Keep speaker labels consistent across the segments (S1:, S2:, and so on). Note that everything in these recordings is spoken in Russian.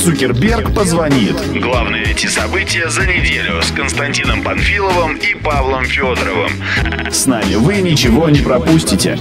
S1: Цукерберг позвонит.
S2: Главные IT-события за неделю с Константином Панфиловым и Павлом Федоровым.
S1: С нами вы ничего не пропустите.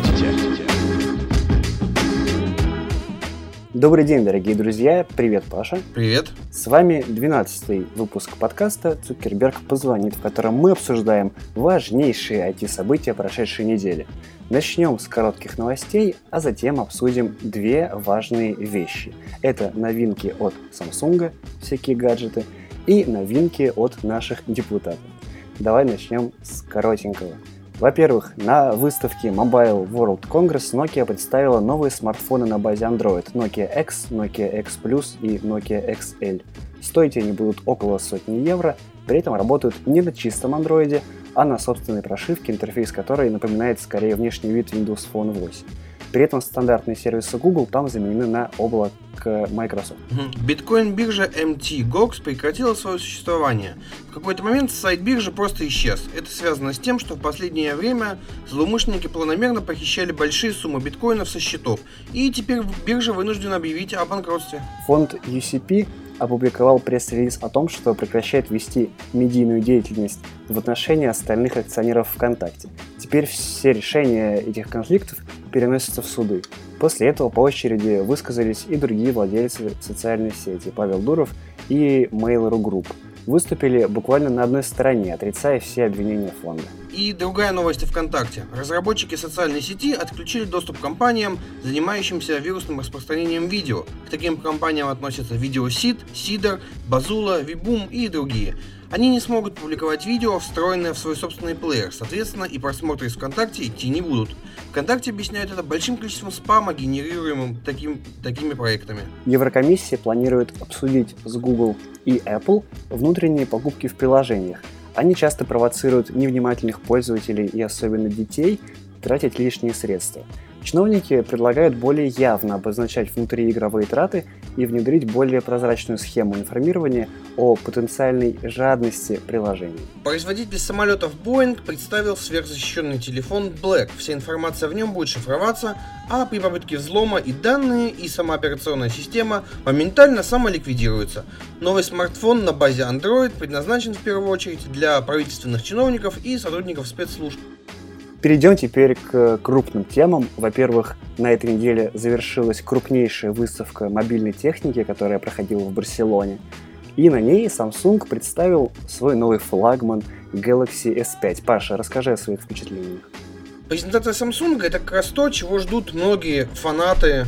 S3: Добрый день, дорогие друзья. Привет, Паша.
S4: Привет.
S3: С вами 12-й выпуск подкаста «Цукерберг позвонит», в котором мы обсуждаем важнейшие IT-события прошедшей недели. Начнем с коротких новостей, а затем обсудим две важные вещи. Это новинки от Samsung, всякие гаджеты, и новинки от наших депутатов. Давай начнем с коротенького. Во-первых, на выставке Mobile World Congress Nokia представила новые смартфоны на базе Android Nokia X, Nokia X Plus и Nokia XL. Стоить они будут около €100, при этом работают не на чистом Android, а на собственной прошивке, интерфейс которой напоминает скорее внешний вид Windows Phone 8. При этом стандартные сервисы Google там заменены на облако Microsoft.
S4: Биткоин-биржа MTGOX прекратила свое существование. В какой-то момент сайт биржи просто исчез. Это связано с тем, что в последнее время злоумышленники планомерно похищали большие суммы биткоинов со счетов. И теперь биржа вынуждена объявить о банкротстве.
S3: Фонд UCP опубликовал пресс-релиз о том, что прекращает вести медийную деятельность в отношении остальных акционеров ВКонтакте. Теперь все решения этих конфликтов переносятся в суды. После этого по очереди высказались и другие владельцы социальной сети, Павел Дуров и Mail.ru Group. Выступили буквально на одной стороне, отрицая все обвинения фонда.
S4: И другая новость о ВКонтакте. Разработчики социальной сети отключили доступ к компаниям, занимающимся вирусным распространением видео. К таким компаниям относятся Videoseed, Seeder, Bazula, Vboom и другие. Они не смогут публиковать видео, встроенное в свой собственный плеер, соответственно, и просмотры из ВКонтакте идти не будут. ВКонтакте объясняют это большим количеством спама, генерируемым такими проектами.
S3: Еврокомиссия планирует обсудить с Google и Apple внутренние покупки в приложениях. Они часто провоцируют невнимательных пользователей и особенно детей тратить лишние средства. Чиновники предлагают более явно обозначать внутриигровые траты и внедрить более прозрачную схему информирования о потенциальной жадности приложений.
S4: Производитель самолетов Boeing представил сверхзащищенный телефон Black. Вся информация в нем будет шифроваться, а при попытке взлома и данные, и сама операционная система моментально самоликвидируются. Новый смартфон на базе Android предназначен в первую очередь для правительственных чиновников и сотрудников спецслужб.
S3: Перейдем теперь к крупным темам. Во-первых, на этой неделе завершилась крупнейшая выставка мобильной техники, которая проходила в Барселоне. И на ней Samsung представил свой новый флагман Galaxy S5. Паша, расскажи о своих впечатлениях.
S4: Презентация Samsung — это как раз то, чего ждут многие фанаты,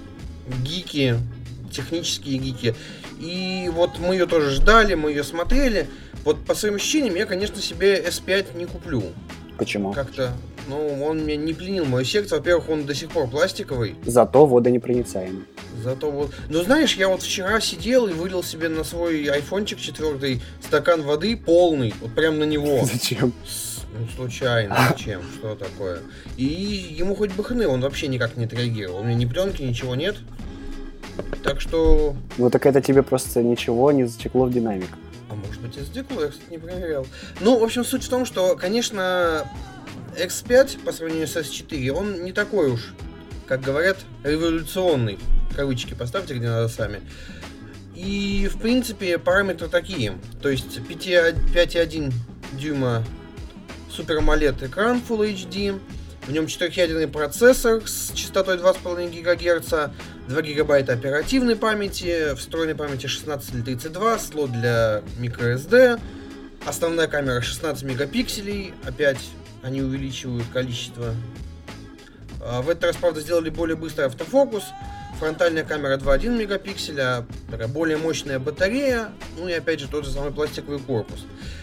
S4: гики, технические гики. И вот мы ее тоже ждали, мы ее смотрели. Вот по своим ощущениям я, конечно, себе S5 не куплю.
S3: Почему?
S4: Как-то, он меня не пленил мое сердце. Во-первых, он до сих пор пластиковый.
S3: Зато водонепроницаемый.
S4: Знаешь, я вот вчера сидел и вылил себе на свой айфончик 4 стакан воды полный, вот прям на него.
S3: Зачем?
S4: Случайно, зачем? Что такое? И ему хоть бы хны, он вообще никак не отреагировал. У меня ни пленки, ничего нет. Так что...
S3: Так это тебе просто ничего не затекло в динамик.
S4: А может быть, и затекло, я, кстати, не проверял. В общем, суть в том, что, конечно, X5 по сравнению с S4, он не такой уж, как говорят, революционный. Кавычки поставьте, где надо сами. И, в принципе, параметры такие. То есть 5,1 дюйма Super AMOLED экран Full HD, в нем 4-ядерный процессор с частотой 2,5 ГГц, 2 ГБ оперативной памяти, встроенной памяти 16 или 32, слот для microSD, основная камера 16 мегапикселей, опять они увеличивают количество. В этот раз, правда, сделали более быстрый автофокус, фронтальная камера 2,1 мегапикселя, более мощная батарея, и опять же тот же самый пластиковый корпус.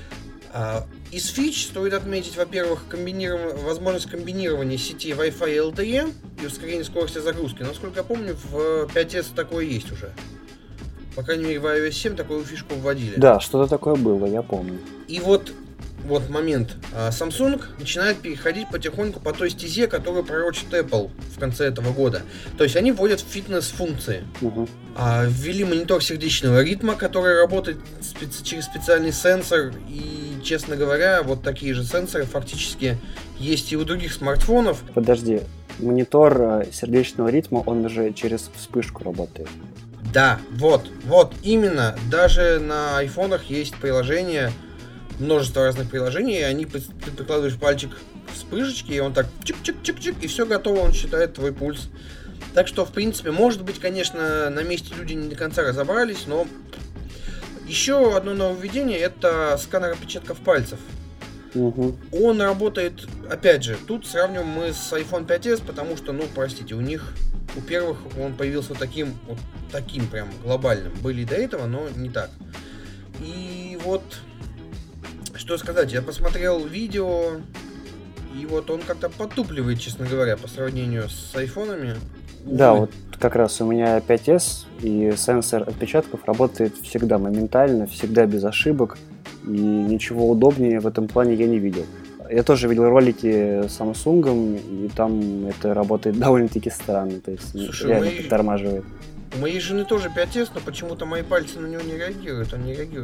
S4: Из фич стоит отметить, во-первых, возможность комбинирования сети Wi-Fi и LTE и ускорение скорости загрузки. Насколько я помню, в 5S такое есть уже. По крайней мере, в iOS 7 такую фишку вводили.
S3: Да, что-то такое было, я помню.
S4: И вот момент. Samsung начинает переходить потихоньку по той стезе, которую пророчит Apple в конце этого года. То есть они вводят фитнес-функции. Ввели монитор сердечного ритма, который работает через специальный сенсор. И, честно говоря, вот такие же сенсоры фактически есть и у других смартфонов.
S3: Подожди, монитор сердечного ритма, он же через вспышку работает.
S4: Да, вот именно. Даже на айфонах есть приложение, множество разных приложений, и они, ты прикладываешь пальчик к вспышечке, и он так чик-чик-чик-чик, и все готово, он считает твой пульс. Так что, в принципе, может быть, конечно, на месте люди не до конца разобрались, но еще одно нововведение — это сканер отпечатков пальцев.
S3: Угу.
S4: Он работает, опять же, тут сравниваем мы с iPhone 5s, потому что, простите, у первых он появился таким прям глобальным. Были и до этого, но не так. И вот, что сказать, я посмотрел видео, и вот он как-то подтупливает, честно говоря, по сравнению с айфонами.
S3: Да, вот как раз у меня 5s, и сенсор отпечатков работает всегда моментально, всегда без ошибок, и ничего удобнее в этом плане я не видел. Я тоже видел ролики с Samsung, и там это работает довольно-таки странно, то есть реально подтормаживает.
S4: У моей жены тоже 5s, но почему-то мои пальцы на него не реагируют, он не реагирует.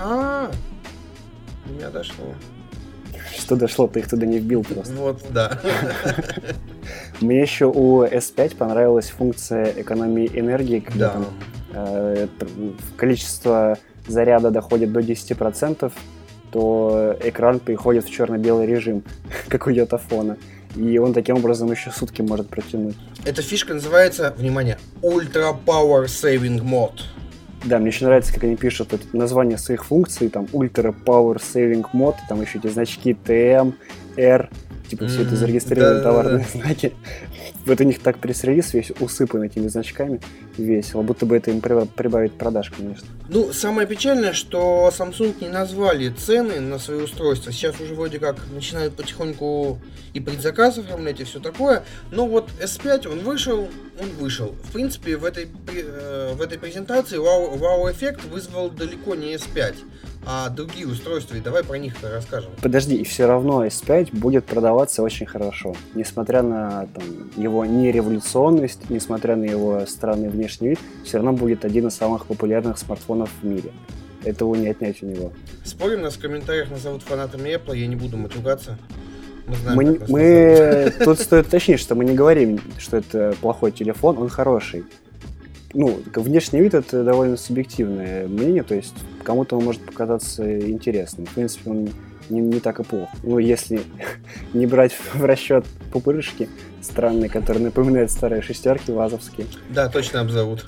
S4: До меня дошло.
S3: Что дошло, ты их туда не вбил просто.
S4: Вот, да.
S3: Мне еще у S5 понравилась функция экономии энергии, когда количество заряда доходит до 10%, то экран переходит в черно-белый режим, как у йотафона. И он таким образом еще сутки может протянуть.
S4: Эта фишка называется, внимание, Ultra Power Saving Mode.
S3: Да, мне еще нравится, как они пишут название своих функций, там Ultra Power Saving Mode, там еще эти значки TM, R, типа все это зарегистрированы товарные знаки. Вот у них так пресс-релиз весь усыпан этими значками, весело, будто бы это им прибавит продаж, конечно.
S4: Самое печальное, что Samsung не назвали цены на свои устройства. Сейчас уже вроде как начинают потихоньку и предзаказ оформлять и все такое. Но вот S5, он вышел. В принципе, в этой презентации вау-эффект вызвал далеко не S5, а другие устройства, и давай про них расскажем.
S3: Подожди, и все равно S5 будет продаваться очень хорошо, несмотря на его нереволюционность, несмотря на его странный внешний вид, все равно будет один из самых популярных смартфонов в мире. Этого не отнять у него.
S4: Спорим, нас в комментариях назовут фанатами Apple, я не буду матюгаться.
S3: Тут стоит уточнить, что мы не говорим, что это плохой телефон, он хороший. Внешний вид — это довольно субъективное мнение, то есть кому-то он может показаться интересным. В принципе, он не так и плох. Если не брать в расчет пупырышки странные, которые напоминают старые шестерки вазовские.
S4: Да, точно обзовут.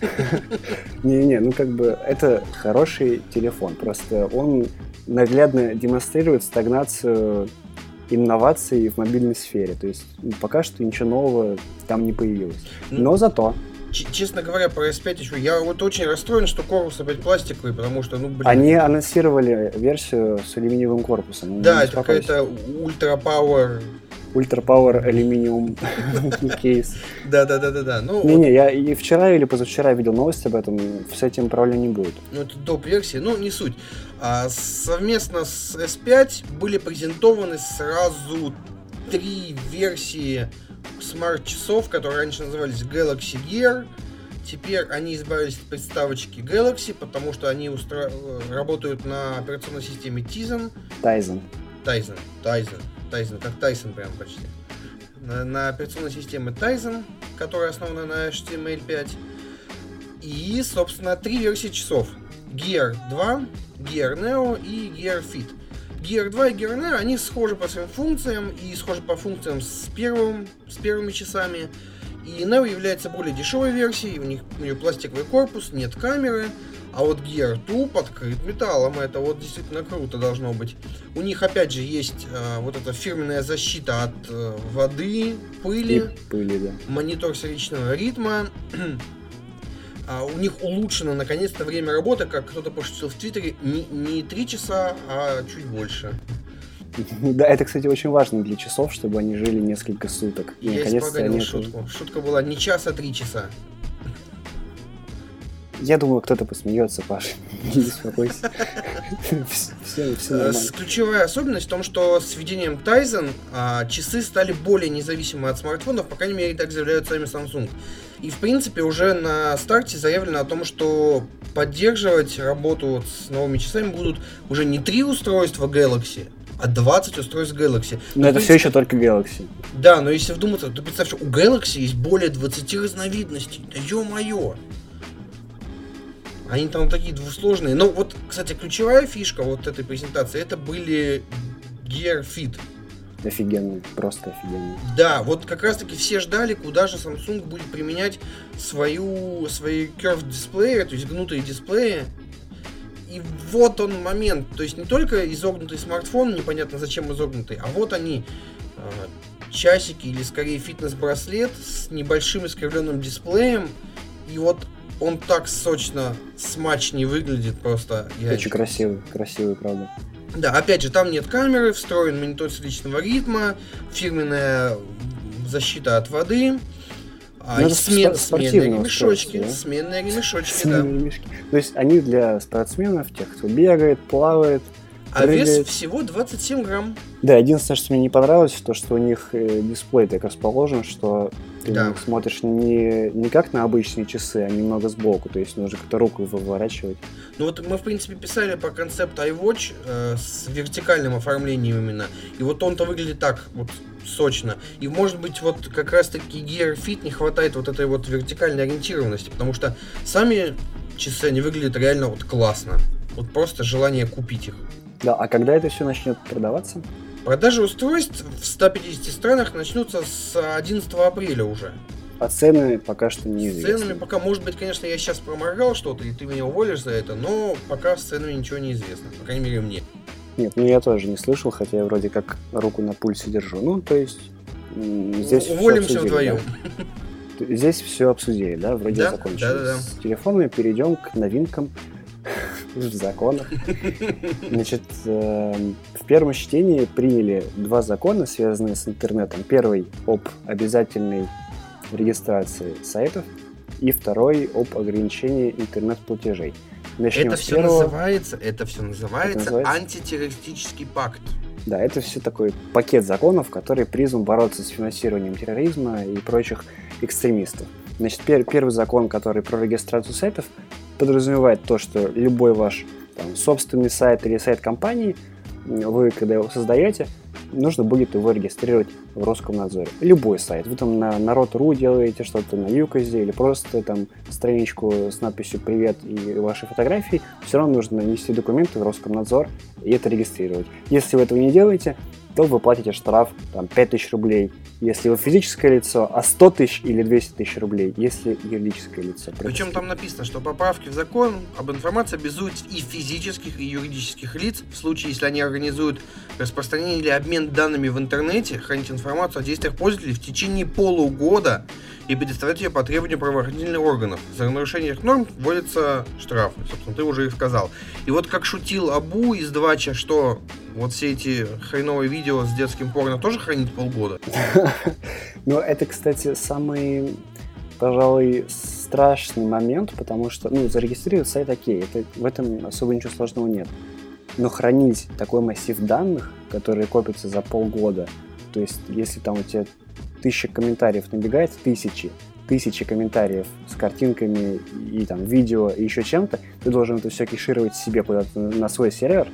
S3: Это хороший телефон, просто он наглядно демонстрирует стагнацию инноваций в мобильной сфере. То есть пока что ничего нового там не появилось. Но зато...
S4: Честно говоря, по S5 еще я вот очень расстроен, что корпус опять пластиковый, потому что,
S3: Они анонсировали версию с алюминиевым корпусом.
S4: Да, это какая-то Ultra
S3: Power алюминиум кейс.
S4: Да.
S3: Я и вчера или позавчера видел новость об этом, с этим проблем не будет.
S4: Это доп-версия, не суть. Совместно с S5 были презентованы сразу 3 версии смарт-часов, которые раньше назывались Galaxy Gear. Теперь они избавились от приставочки Galaxy, потому что они работают на операционной системе Tizen, как Tyson прям почти. На операционной системе Tizen, которая основана на HTML5. И, собственно, 3 версии часов. Gear 2, Gear Neo и Gear Fit. Gear 2 и Gear Neo, они схожи по своим функциям и схожи по функциям с первыми часами. И Neo является более дешевой версией, у нее пластиковый корпус, нет камеры. А вот Gear 2 подкрыт металлом, это вот действительно круто должно быть. У них опять же есть вот эта фирменная защита от воды, пыли,
S3: да.
S4: Монитор сердечного ритма. У них улучшено наконец-то время работы, как кто-то пошутил в Твиттере, не 3 часа, а чуть больше.
S3: Да, это, кстати, очень важно для часов, чтобы они жили несколько суток.
S4: И я испоганил шутку. Шутка была не час, а 3 часа.
S3: Я думаю, кто-то посмеется, Паша. Не беспокойся. Все нормально.
S4: Ключевая особенность в том, что с введением Tizen часы стали более независимы от смартфонов, по крайней мере, так заявляют сами Samsung. И, в принципе, уже на старте заявлено о том, что поддерживать работу с новыми часами будут уже не 3 устройства Galaxy, а 20 устройств Galaxy.
S3: Но это все еще только Galaxy.
S4: Да, но если вдуматься, то представь, что у Galaxy есть более 20 разновидностей. Да ё-моё! Они там такие двусложные. Но вот, кстати, ключевая фишка вот этой презентации, это были Gear Fit.
S3: Офигенно, просто офигенно.
S4: Да, вот как раз таки все ждали, куда же Samsung будет применять свои curved дисплеи, то есть гнутые дисплеи. И вот он момент, то есть не только изогнутый смартфон, непонятно зачем изогнутый, а вот они, часики или скорее фитнес-браслет с небольшим искривленным дисплеем, и вот он так сочно, смачнее выглядит просто.
S3: Очень красивый, правда.
S4: Да, опять же, там нет камеры, встроен монитор личного ритма, фирменная защита от воды, сменные ремешочки.
S3: Да?
S4: Сменные ремешочки, да.
S3: То есть они для спортсменов, тех, кто бегает, плавает.
S4: А вес всего 27 грамм.
S3: Да, единственное, что мне не понравилось, то, что у них дисплей так расположен, что ты смотришь не как на обычные часы, а немного сбоку, то есть нужно как-то руку выворачивать.
S4: Ну вот мы, в принципе, писали по концепту iWatch с вертикальным оформлением именно, и вот он-то выглядит так вот сочно. И, может быть, вот как раз-таки Gear Fit не хватает вот этой вот вертикальной ориентированности, потому что сами часы, они выглядят реально вот классно. Вот просто желание купить их.
S3: Да, а когда это все начнет продаваться?
S4: Продажи устройств в 150 странах начнутся с 11 апреля уже.
S3: А цены пока что неизвестны.
S4: С ценами пока, может быть, конечно, я сейчас проморгал что-то, и ты меня уволишь за это, но пока с ценами ничего не известно, по крайней мере, мне.
S3: Нет, я тоже не слышал, хотя я вроде как руку на пульсе держу. Ну, то есть, здесь
S4: уволимся вдвоем.
S3: Да? Здесь все обсудили, да? Вроде закончили. Да. С телефонами перейдем к новинкам в законах. Значит, в первом чтении приняли 2 закона, связанные с интернетом. Первый об обязательной регистрации сайтов, и второй об ограничении интернет-платежей.
S4: Это все называется антитеррористический пакт.
S3: Да, это все такой пакет законов, который призван бороться с финансированием терроризма и прочих экстремистов. Значит, первый закон, который про регистрацию сайтов, подразумевает то, что любой ваш собственный сайт или сайт компании, вы, когда его создаете, нужно будет его регистрировать в Роскомнадзоре. Любой сайт. Вы там на Народ.ру делаете что-то, на Юкозе, или просто там страничку с надписью «Привет» и вашей фотографией, все равно нужно нести документы в Роскомнадзор и это регистрировать. Если вы этого не делаете, то вы платите штраф 5000 рублей, если вы физическое лицо, а 100 тысяч или 200 тысяч рублей, если юридическое лицо.
S4: Причем там написано, что поправки в закон об информации обязуют и физических, и юридических лиц, в случае, если они организуют распространение или обмен данными в интернете, хранить информацию о действиях пользователей в течение полугода и предоставлять ее по требованию правоохранительных органов. За нарушение этих норм вводится штраф. Собственно, ты уже их сказал. И вот как шутил Абу из Двача, что вот все эти хреновые видео с детским порно тоже хранить полгода.
S3: Ну, это, кстати, самый, пожалуй, страшный момент, потому что, зарегистрировать сайт окей, в этом особо ничего сложного нет. Но хранить такой массив данных, которые копятся за полгода, то есть, если там у тебя 1000 комментариев набегает, тысячи комментариев с картинками и там видео и еще чем-то, ты должен это все кешировать себе куда-то на свой сервер.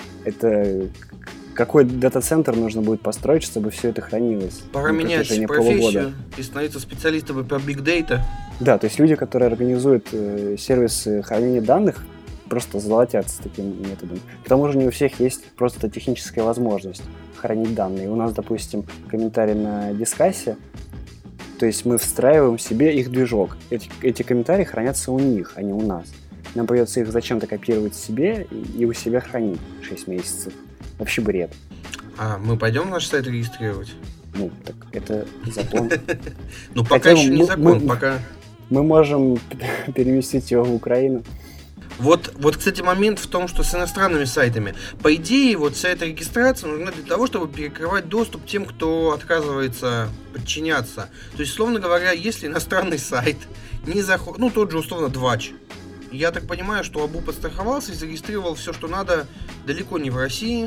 S3: Это какой дата-центр нужно будет построить, чтобы все это хранилось?
S4: Пора менять профессию и становиться специалистами по Big Data.
S3: Да, то есть люди, которые организуют сервисы хранения данных, просто золотятся таким методом. К тому же не у всех есть просто техническая возможность хранить данные. У нас, допустим, комментарии на Дискассе, то есть мы встраиваем себе их движок. Эти комментарии хранятся у них, а не у нас. Нам придется их зачем-то копировать себе и у себя хранить 6 месяцев. Вообще бред.
S4: А мы пойдем наш сайт регистрировать?
S3: Ну, так это закон.
S4: Ну, пока еще не закон, пока...
S3: Мы можем переместить его в Украину.
S4: Вот, кстати, момент в том, что с иностранными сайтами. По идее, вот вся эта регистрация нужна для того, чтобы перекрывать доступ тем, кто отказывается подчиняться. То есть, условно говоря, если иностранный сайт не заходит... Ну, тот же, условно, Двач. Я так понимаю, что Абу подстраховался и зарегистрировал все, что надо, далеко не в России.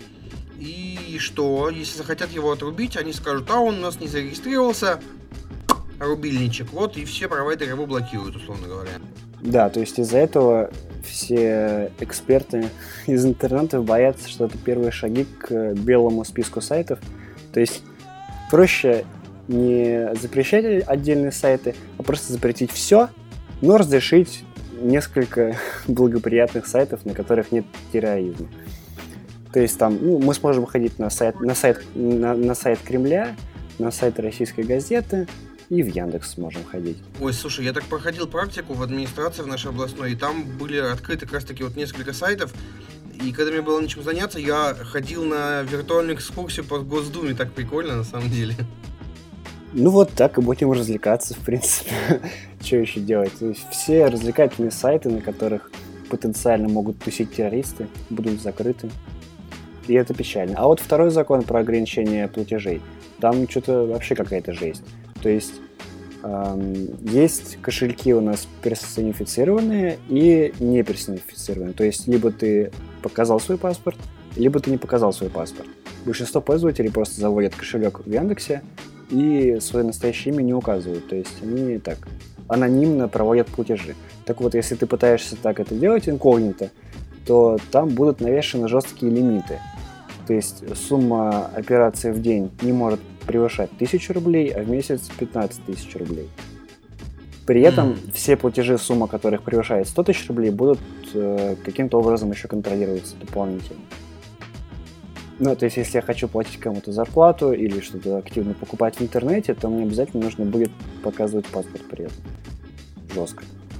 S4: И что, если захотят его отрубить, они скажут, а он у нас не зарегистрировался, рубильничек, вот, и все провайдеры его блокируют, условно говоря.
S3: Да, то есть из-за этого все эксперты из интернета боятся, что это первые шаги к белому списку сайтов. То есть проще не запрещать отдельные сайты, а просто запретить все, но разрешить несколько благоприятных сайтов, на которых нет терроризма. То есть там, мы сможем ходить на сайт Кремля, на сайт Российской газеты, и в Яндекс сможем ходить.
S4: Ой, слушай, я так проходил практику в администрации в нашей областной, и там были открыты как раз таки вот несколько сайтов, и когда мне было нечем заняться, я ходил на виртуальную экскурсию по Госдуме, так прикольно на самом деле.
S3: Ну вот так и будем развлекаться, в принципе. Что еще делать? То есть все развлекательные сайты, на которых потенциально могут тусить террористы, будут закрыты. И это печально. А вот второй закон про ограничение платежей, там что-то вообще какая-то жесть. То есть есть кошельки у нас персонифицированные и не персонифицированные. То есть либо ты показал свой паспорт, либо ты не показал свой паспорт. Большинство пользователей просто заводят кошелек в Яндексе и свое настоящее имя не указывают. То есть они так анонимно проводят платежи. Так вот, если ты пытаешься так это делать инкогнито, то там будут навешаны жесткие лимиты. То есть сумма операций в день не может превышать 1000 рублей, а в месяц 15 тысяч рублей. При этом все платежи, сумма которых превышает 100 тысяч рублей, будут каким-то образом еще контролироваться дополнительно. Ну, то есть, если я хочу платить кому-то зарплату или что-то активно покупать в интернете, то мне обязательно нужно будет показывать паспорт при этом. Жестко.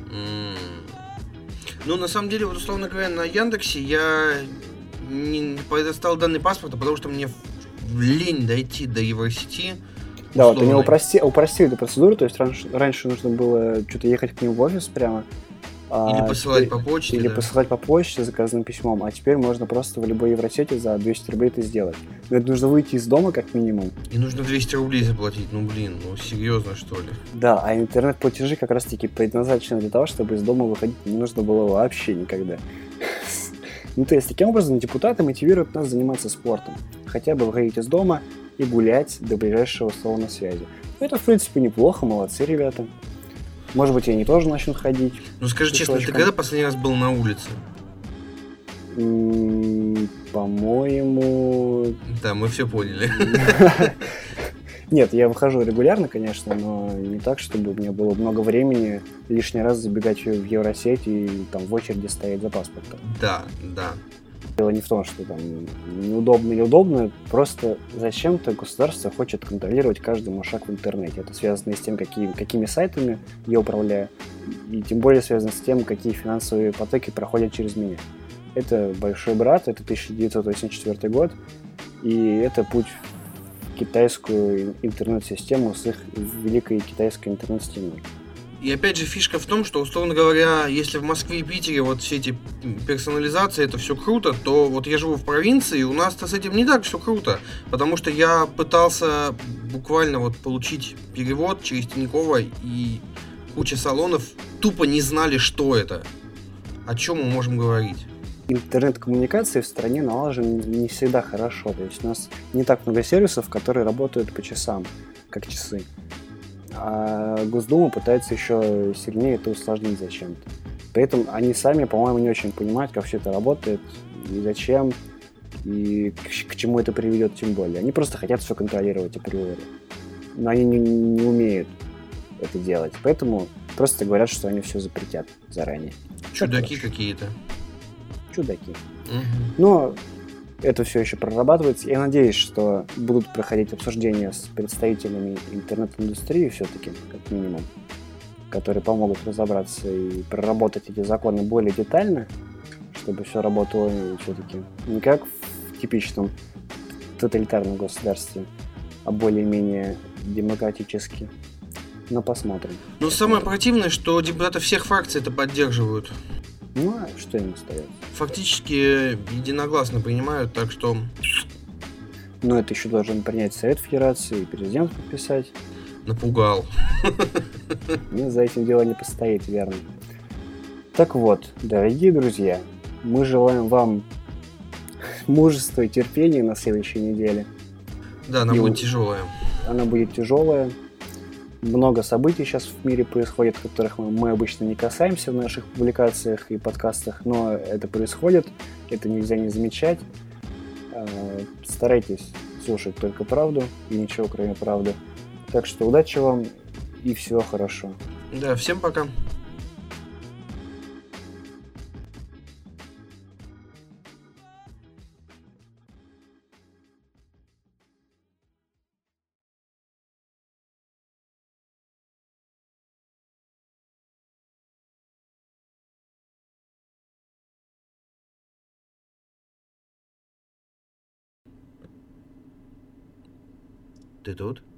S4: Ну, на самом деле, вот, условно говоря, на Яндексе я не предоставил данные паспорта, потому что мне лень дойти до Евросети.
S3: Да, вот они упростили эту процедуру, то есть раньше нужно было что-то ехать к ним в офис прямо.
S4: Или посылать по почте.
S3: Или посылать по почте заказанным письмом, а теперь можно просто в любой Евросети за 200 рублей это сделать. Но это нужно выйти из дома как минимум.
S4: И нужно 200 рублей заплатить, ну серьезно что ли?
S3: Да, а интернет-платежи как раз таки предназначены для того, чтобы из дома выходить не нужно было вообще никогда. Ну, то есть, таким образом, депутаты мотивируют нас заниматься спортом. Хотя бы выходить из дома и гулять до ближайшего салона связи. Это, в принципе, неплохо, молодцы ребята. Может быть, и они тоже начнут ходить.
S4: Ну, скажи честно, ты когда последний раз был на улице?
S3: По-моему...
S4: Да, мы все поняли.
S3: Нет, я выхожу регулярно, конечно, но не так, чтобы у меня было много времени лишний раз забегать в Евросеть и там в очереди стоять за паспортом.
S4: Да.
S3: Дело не в том, что там неудобно или удобно, просто зачем-то государство хочет контролировать каждый мой шаг в интернете. Это связано и с тем, какими сайтами я управляю, и тем более связано с тем, какие финансовые потоки проходят через меня. Это большой брат, это 1984 год, и это путь в китайскую интернет-систему с их великой китайской интернет-стеной.
S4: И опять же фишка в том, что, условно говоря, если в Москве и Питере вот все эти персонализации, это все круто, то вот я живу в провинции, и у нас-то с этим не так все круто, потому что я пытался буквально вот получить перевод через Тинькова, и куча салонов тупо не знали, что это, о чем мы можем говорить.
S3: Интернет-коммуникации в стране налажены не всегда хорошо, то есть у нас не так много сервисов, которые работают по часам, как часы. А Госдума пытается еще сильнее это усложнить зачем-то. При этом они сами, по-моему, не очень понимают, как все это работает, и зачем, и к чему это приведет тем более. Они просто хотят все контролировать априори. Но они не умеют это делать. Поэтому просто говорят, что они все запретят заранее.
S4: Чудаки какие-то.
S3: Чудаки.
S4: Угу.
S3: Но это все еще прорабатывается. Я надеюсь, что будут проходить обсуждения с представителями интернет-индустрии все-таки, как минимум, которые помогут разобраться и проработать эти законы более детально, чтобы все работало все-таки не как в типичном тоталитарном государстве, а более-менее демократически. Но посмотрим.
S4: Но самое противное, что депутаты всех фракций это поддерживают.
S3: Ну, а что им остается?
S4: Фактически единогласно принимают, так что...
S3: Но это еще должен принять Совет Федерации и президент подписать.
S4: Напугал.
S3: Ну, за этим дело не постоит, верно. Так вот, дорогие друзья, мы желаем вам мужества и терпения на следующей неделе.
S4: Да, она будет тяжелая.
S3: Она будет тяжелая. Много событий сейчас в мире происходит, которых мы обычно не касаемся в наших публикациях и подкастах, но это происходит, это нельзя не замечать. Старайтесь слушать только правду и ничего кроме правды. Так что удачи вам и всего хорошего.
S4: Да, всем пока. Ты тут?